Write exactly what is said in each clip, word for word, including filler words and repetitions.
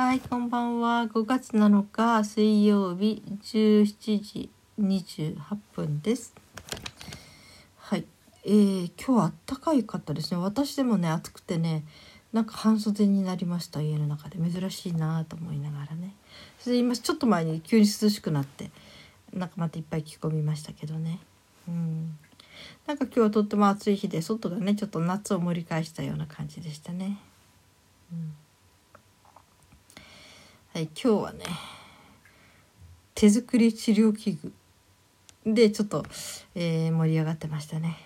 はい、こんばんは。ごがつなのか水曜日じゅうしちじにじゅうはっぷんです。はい、えー、今日はあったかいかったですね。私でもね暑くてね、なんか半袖になりました。家の中で珍しいなと思いながらね。それで今ちょっと前に急に涼しくなって、なんかまたいっぱい着込みましたけどね。うん。なんか今日はとっても暑い日で、外がねちょっと夏を盛り返したような感じでしたね。うん。はい、今日はね手作り治療器具でちょっと、えー、盛り上がってましたね。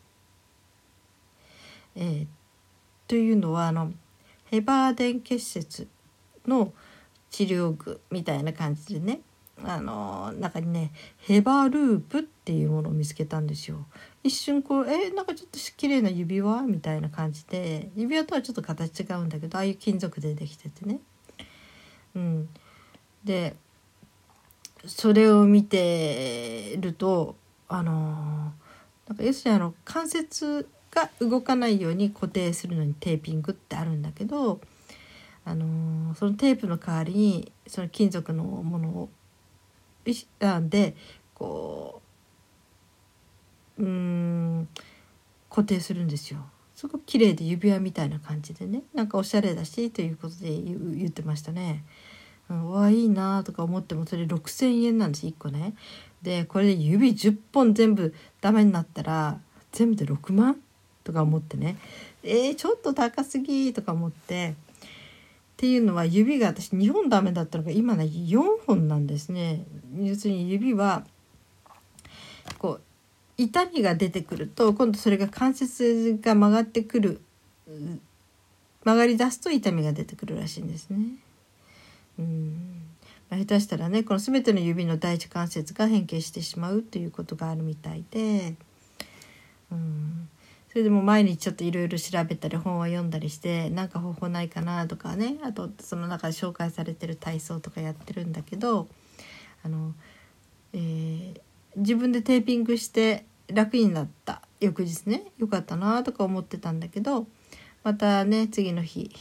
えー、というのはあのヘバーデン結節の治療具みたいな感じでね、あの中にねヘバループっていうものを見つけたんですよ。一瞬こうえー、なんかちょっと綺麗な指輪みたいな感じで、指輪とはちょっと形違うんだけど、ああいう金属でできててね、うん、でそれを見てるとあのなんか要するにあの関節が動かないように固定するのにテーピングってあるんだけど、あのそのテープの代わりにその金属のものをでこううーん固定するんですよ。すごく綺麗で指輪みたいな感じでね、なんかおしゃれだしということで言ってましたね。うん、わいいなとか思っても、それろくせんえんなんですいっこね。でこれで指じゅっぽん全部ダメになったら全部でろくまんとか思ってね、えー、ちょっと高すぎとか思って、っていうのは指が私にほんダメだったのが今ねよんほんなんですね。要するに指はこう痛みが出てくると、今度それが関節が曲がってくる、曲がり出すと痛みが出てくるらしいんですね。うんまあ、下手したらねこの全ての指の第一関節が変形してしまうということがあるみたいで、うんそれでも毎日ちょっといろいろ調べたり本を読んだりして、なんか方法ないかなとかね、あとその中で紹介されてる体操とかやってるんだけど、あの、えー、自分でテーピングして楽になった翌日ねよかったなとか思ってたんだけど、またね次の日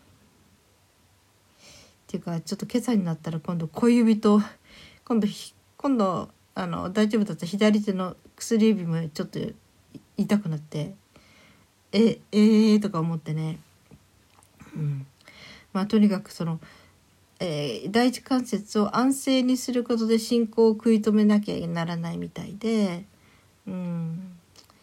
っていうかちょっと今朝になったら今度小指と今度今度あの大丈夫だった左手の薬指もちょっと痛くなって、ええー、とか思ってね、うん、まあとにかくその、えー、第一関節を安静にすることで進行を食い止めなきゃならないみたいで、うん、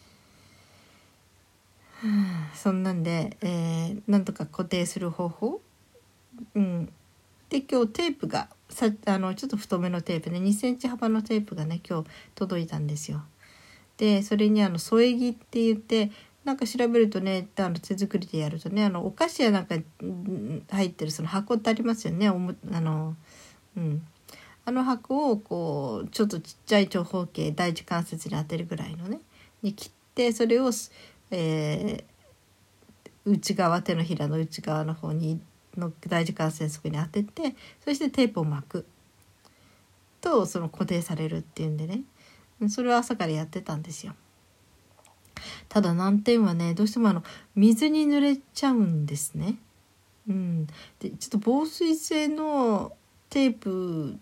そんなんで、えー、なんとか固定する方法、うん、で今日テープがさあのちょっと太めのテープでにセンチ幅のテープがね今日届いたんですよ。でそれにあの添え木って言って、なんか調べるとねあの手作りでやるとね、あのお菓子やなんか入ってるその箱ってありますよね。おもあの、うん、あの箱をこうちょっとちっちゃい長方形第一関節に当てるぐらいのねに切って、それを、えー、内側手のひらの内側の方にの第一関節に当てて、そしてテープを巻くとその固定されるっていうんでね、それを朝からやってたんですよ。ただ難点はねどうしてもあの水に濡れちゃうんですね。うん、でちょっと防水性のテープ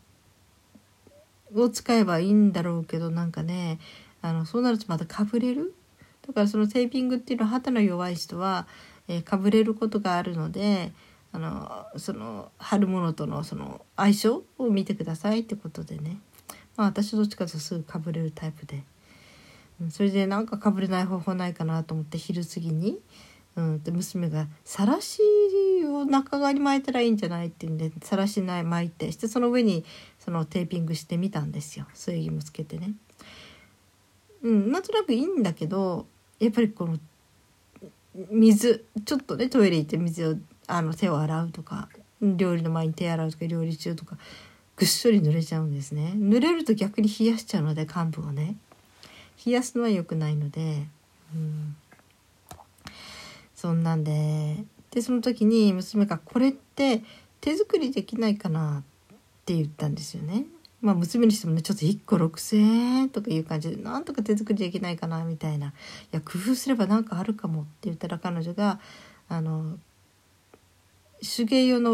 を使えばいいんだろうけど、なんかねあのそうなるとまたかぶれる。だからそのテーピングっていうのは肌の弱い人は、えー、かぶれることがあるので、あのその貼るものとのその相性を見てくださいってことでね、まあ私どっちかというとすぐかぶれるタイプで、それでなんかかぶれない方法ないかなと思って昼過ぎに、うん、で娘がさらしを中側に巻いたらいいんじゃないっていうんでさらしない巻いてして、その上にそのテーピングしてみたんですよ。添え木もつけてね、うん、なんとなくいいんだけど、やっぱりこの水ちょっとねトイレ行って水をあの手を洗うとか、料理の前に手洗うとか料理中とかぐっしょり濡れちゃうんですね。濡れると逆に冷やしちゃうので患部をね冷やすのは良くないので、うん、そんなんででその時に娘がこれって手作りできないかなって言ったんですよね。まあ娘にしてもねちょっといっころくせんえんとかいう感じでなんとか手作りできないかなみたいな、いや工夫すればなんかあるかもって言ったら、彼女があの手芸用の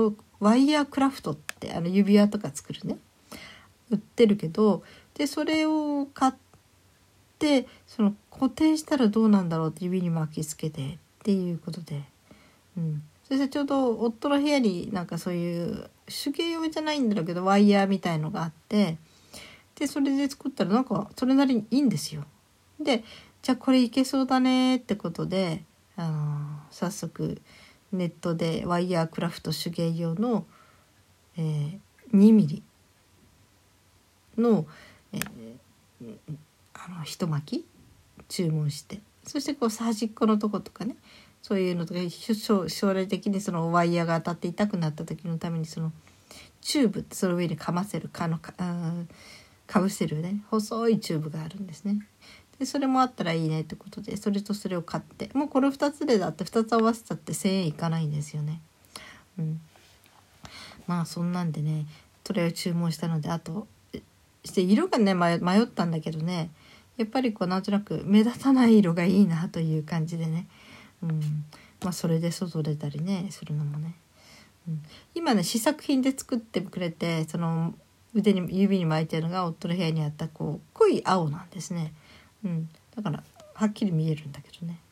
ワイヤークラフトってあの指輪とか作るね売ってるけど、でそれを買ってその固定したらどうなんだろうって指に巻きつけてっていうことで、うん、そしてちょうど夫の部屋になんかそういう手芸用じゃないんだろうけどワイヤーみたいのがあって、でそれで作ったらなんかそれなりにいいんですよ。でじゃあこれいけそうだねってことで、あの早速ネットでワイヤークラフト手芸用の、えー、にミリの、えー、あの一巻き注文して、そしてこう端っこのとことかねそういうのとか将来的にそのワイヤーが当たって痛くなった時のためにそのチューブってその上にかませるかのかかぶせるね細いチューブがあるんですね。でそれもあったらいいねってことでそれとそれを買って、もうこれふたつでだってふたつ合わせたってせんえんいかないんですよね。うん、まあそんなんでねそれを注文したので、あとして色がね迷ったんだけどね、やっぱりこうなんとなく目立たない色がいいなという感じでね、うん、まあそれで外出たりねするのもね、うん、今ね試作品で作ってくれてその腕に指に巻いてるのが夫の部屋にあったこう濃い青なんですね、うん、だからはっきり見えるんだけどね、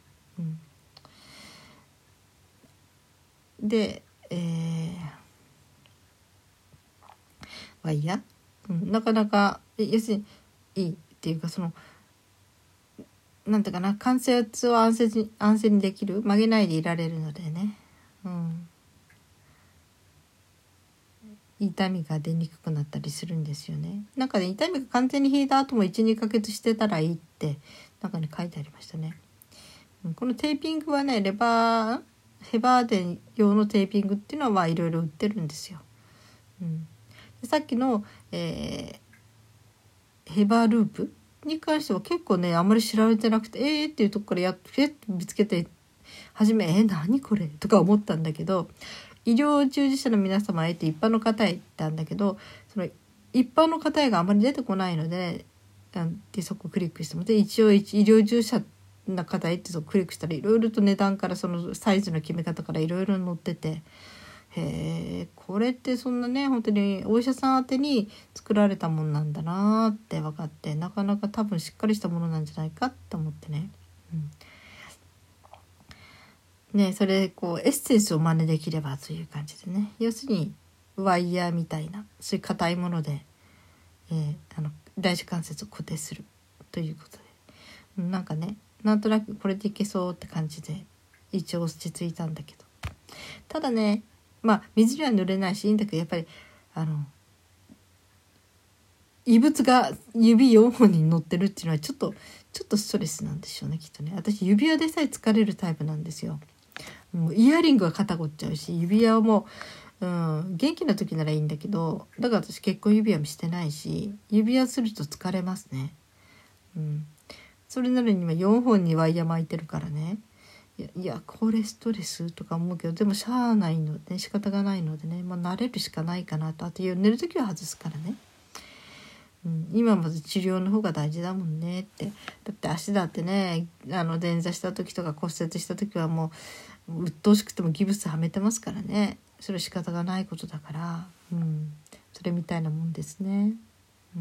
うん、で、えー、ワイヤー、うん、なかなか要するにいいっていうか、そのなんていうかな、関節を安静に安静にできる、曲げないでいられるのでね、うん、痛みが出にくくなったりするんですよね。なんかね痛みが完全に引いた後も いち,に ヶ月してたらいいって中に書いてありましたね。このテーピングはねレバーヘバーデン用のテーピングっていうのはまあいろいろ売ってるんですよ。うん、でさっきの、えー、ヘバーループに関しては結構ねあんまり知られてなくて、えーっていうとこからやっと見つけて初めえー、何これとか思ったんだけど、医療従事者の皆様へって一般の方へ言ったんだけど、その一般の方へがあまり出てこないので、でそこをクリックしてもで一応医療従事者の方へってそこをクリックしたらいろいろと値段からそのサイズの決め方からいろいろ載ってて、へえこれってそんなね本当にお医者さん宛てに作られたもんなんだなって分かって、なかなか多分しっかりしたものなんじゃないかと思ってね、うんね、それこうエッセンスを真似できればという感じでね、要するにワイヤーみたいなそういう硬いもので、えー、あの第一関節を固定するということで、なんかねなんとなくこれでいけそうって感じで一応落ち着いたんだけど、ただねまあ水には濡れないしいいんだけど、やっぱりあの異物が指よんほんに乗ってるっていうのはちょっとちょっとストレスなんでしょうねきっとね。私指輪でさえ疲れるタイプなんですよ。もうイヤリングは肩凝っちゃうし、指輪も、うん、元気な時ならいいんだけど、だから私結婚指輪もしてないし指輪すると疲れますね、うん、それなのに今よんほんにワイヤー巻いてるからね、いや、いやこれストレスとか思うけど、でもしゃあないので、ね、仕方がないのでね、まあ、慣れるしかないかなと。あと寝る時は外すからね、うん、今まず治療の方が大事だもんねって。だって足だってねあの捻挫した時とか骨折した時はもう鬱陶しくてもギブスはめてますからね、それ仕方がないことだから、うん、それみたいなもんですね、うん、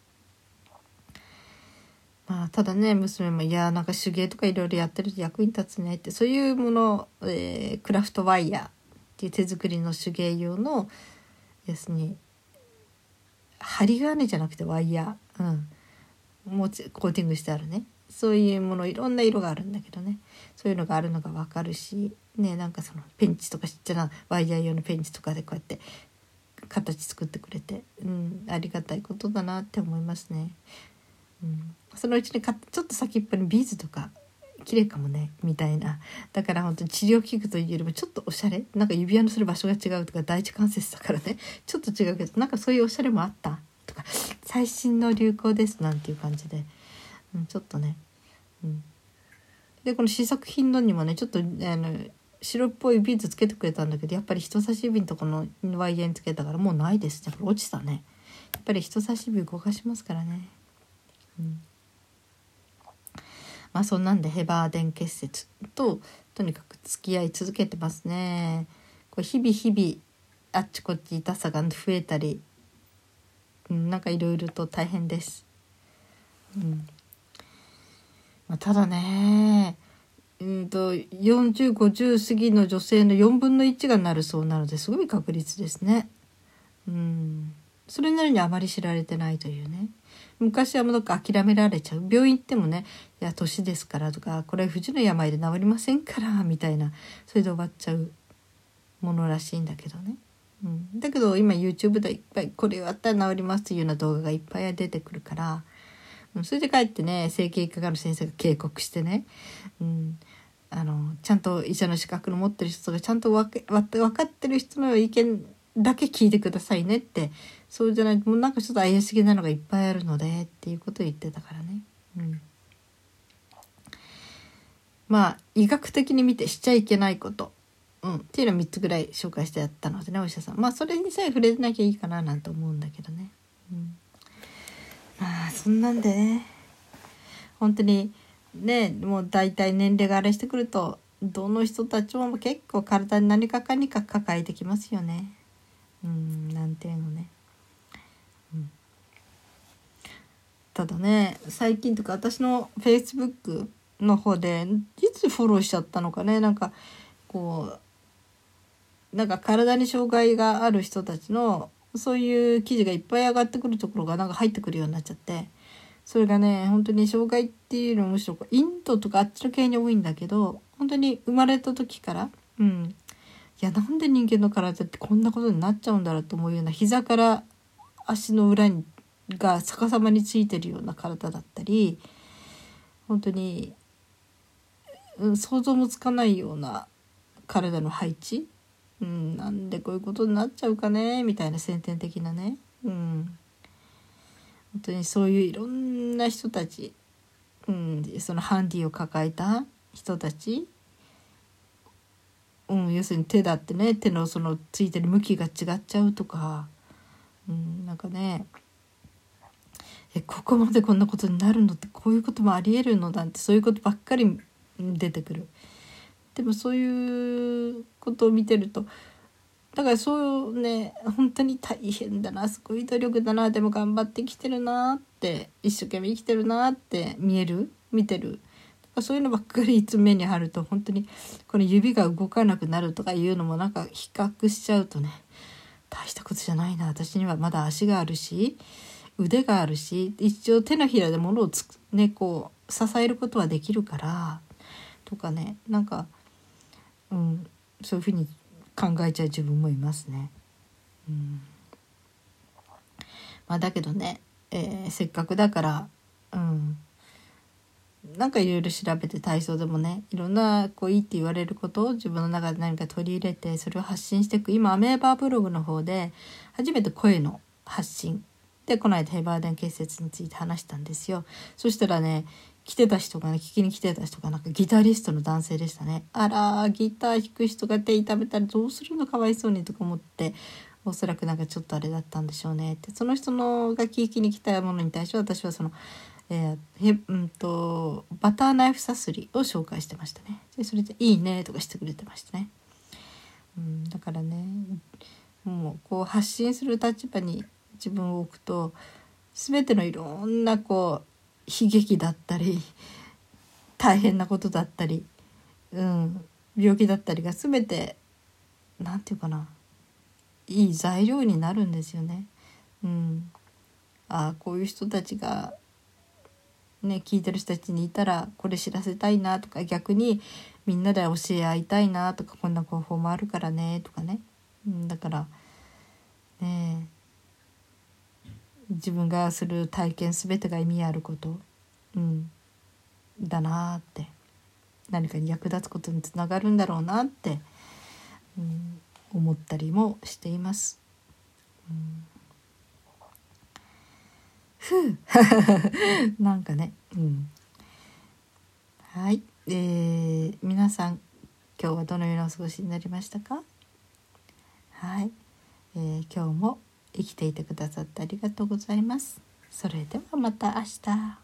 まあただね娘もいやなんか手芸とかいろいろやってると役に立つねって、そういうもの、えー、クラフトワイヤーっていう手作りの手芸用の要するに針金じゃなくてワイヤー、うん、もうコーティングしてあるね、そういうものいろんな色があるんだけどね、そういうのがあるのが分かるしね、なんかそのペンチとかちっちゃなワイヤー用のペンチとかでこうやって形作ってくれて、うん、ありがたいことだなって思いますね、うん、そのうちにかちょっと先っぽにビーズとか綺麗かもねみたいな、だから本当に治療器具というよりもちょっとおしゃれ、なんか指輪のする場所が違うとか第一関節だからねちょっと違うけど、なんかそういうおしゃれもあったとか最新の流行ですなんていう感じで、うん、ちょっとね、うん、でこの試作品のにもねちょっとあの白っぽいビーズつけてくれたんだけど、やっぱり人差し指のとこのワイヤーにつけたからもうないですね、これ落ちたね、やっぱり人差し指動かしますからね、うん、まあそんなんでヘバーデン結節ととにかく付き合い続けてますね。こう日々日々 あっちこっち痛さが増えたり、うん、なんかいろいろと大変です。うんまあ、ただねうんとよんじゅう、ごじゅう過ぎの女性のよんぶんのいちがなるそうなのですごい確率ですね。うんそれなりにあまり知られてないというね。昔はもうどっか諦められちゃう。病院行ってもね、いや年ですからとか、これ不治の病で治りませんからみたいな、それで終わっちゃうものらしいんだけどね。うん、だけど今 YouTube でいっぱいこれをやったら治りますというような動画がいっぱい出てくるから、うん、それで帰ってね整形外科の先生が警告してね、うん、あのちゃんと医者の資格の持ってる人がちゃんと分か、分かってる人の意見だけ聞いてくださいねって、そうじゃないともうなんかちょっと怪しげなのがいっぱいあるのでっていうことを言ってたからね。うん、まあ医学的に見てしちゃいけないこと、うん、っていうのをみっつぐらい紹介してやったのでね、お医者さんまあそれにさえ触れなきゃいいかななんて思うんだけどね。うん、まあそんなんでね本当にねもう大体年齢があれしてくるとどの人たちも結構体に何かかにか抱えてきますよね。うんなんていうのね、うん、ただね最近とか私のフェイスブックの方でいつフォローしちゃったのかね、なんかこうなんか体に障害がある人たちのそういう記事がいっぱい上がってくるところがなんか入ってくるようになっちゃって、それがね本当に障害っていうのはむしろインドとかあっちの系に多いんだけど、本当に生まれた時からうんいやなんで人間の体ってこんなことになっちゃうんだろうと思うような、膝から足の裏にが逆さまについてるような体だったり、本当に、うん、想像もつかないような体の配置、うん、なんでこういうことになっちゃうかねみたいな先天的なね、うん、本当にそういういろんな人たち、うん、そのハンディを抱えた人たち、うん、要するに手だってね手のそのついてる向きが違っちゃうとか、うん、なんかねえここまでこんなことになるのってこういうこともありえるのだって、そういうことばっかり出てくる。でもそういうことを見てるとだからそうね本当に大変だな、すごい努力だな、でも頑張ってきてるなって一生懸命生きてるなって見える見てる、そういうのばっかりいつ目にあると本当にこの指が動かなくなるとかいうのもなんか比較しちゃうとね、大したことじゃないな、私にはまだ足があるし腕があるし一応手のひらで物をつねこう支えることはできるからとかね、なんか、うん、そういうふうに考えちゃう自分もいますね。うんまあ、だけどね、えー、せっかくだから、うん、なんかいろいろ調べて体操でもねいろんなこういいって言われることを自分の中で何か取り入れてそれを発信していく。今アメーバーブログの方で初めて声の発信でこの間ヘバーデン結節について話したんですよ。そしたらね来てた人がね聞きに来てた人がなんかギタリストの男性でしたね。あらギター弾く人が手痛めたらどうするのかわいそうにとか思って、おそらくなんかちょっとあれだったんでしょうねって、その人のが聞きに来たものに対して私はそのえーへうん、とバターナイフサスリを紹介してましたね。でそれでいいねとかしてくれてましたね。うん、だからねもうこう発信する立場に自分を置くと全てのいろんなこう悲劇だったり大変なことだったり、うん、病気だったりが全てなんていうかないい材料になるんですよね。うん、あこういう人たちがね、聞いてる人たちにいたらこれ知らせたいなとか、逆にみんなで教え合いたいなとか、こんな方法もあるからねとかね、うん、だからね自分がする体験全てが意味あること、うん、だなって、何かに役立つことにつながるんだろうなって、うん、思ったりもしています。うんふうなんかね、うん、はい、えー、皆さん今日はどのようなお過ごしになりましたか？はい、えー、今日も生きていてくださってありがとうございます。それではまた明日。